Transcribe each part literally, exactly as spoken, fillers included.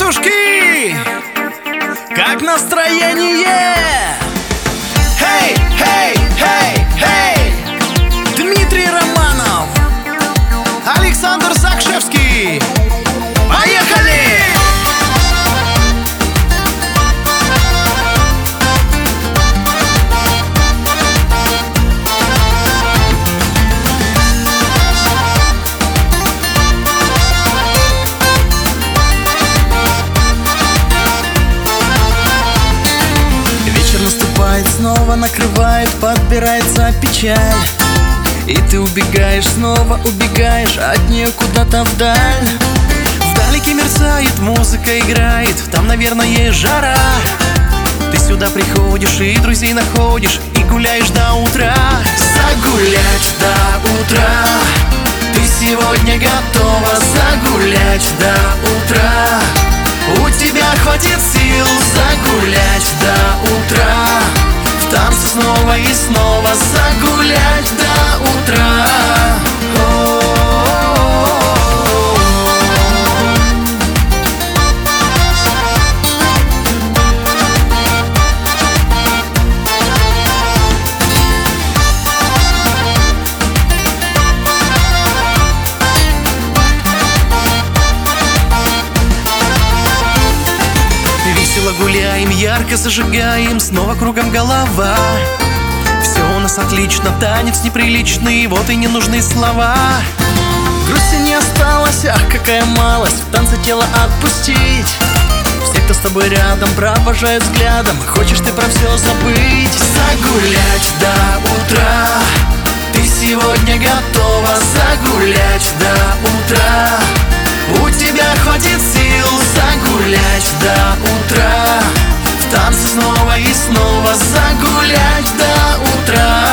Ребятушки, как настроение? Хей, хей, хей, хей! Дмитрий Романов, Александр Закшевский. Поехали! Наступает, снова накрывает, подбирается печаль. И ты убегаешь, снова убегаешь от нее куда-то вдаль. Вдалеке мерцает, музыка играет, там, наверное, жара. Ты сюда приходишь и друзей находишь, и гуляешь до утра. Загулять до утра. Ты сегодня готова загулять до утра. У тебя хватит сил загулять до утра. В танце снова и снова загулять до утра. Гуляем, ярко зажигаем, снова кругом голова. Все у нас отлично, танец неприличный, вот и не нужны слова. Грусти не осталось, ах, какая малость, в танце тело отпустить. Все, кто с тобой рядом, провожают взглядом, хочешь ты про все забыть. Загулять до утра. Ты сегодня готова загулять до утра. У тебя хватит сил загулять до утра. В танце снова и снова загулять до утра.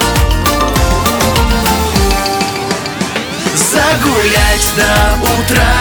Загулять до утра.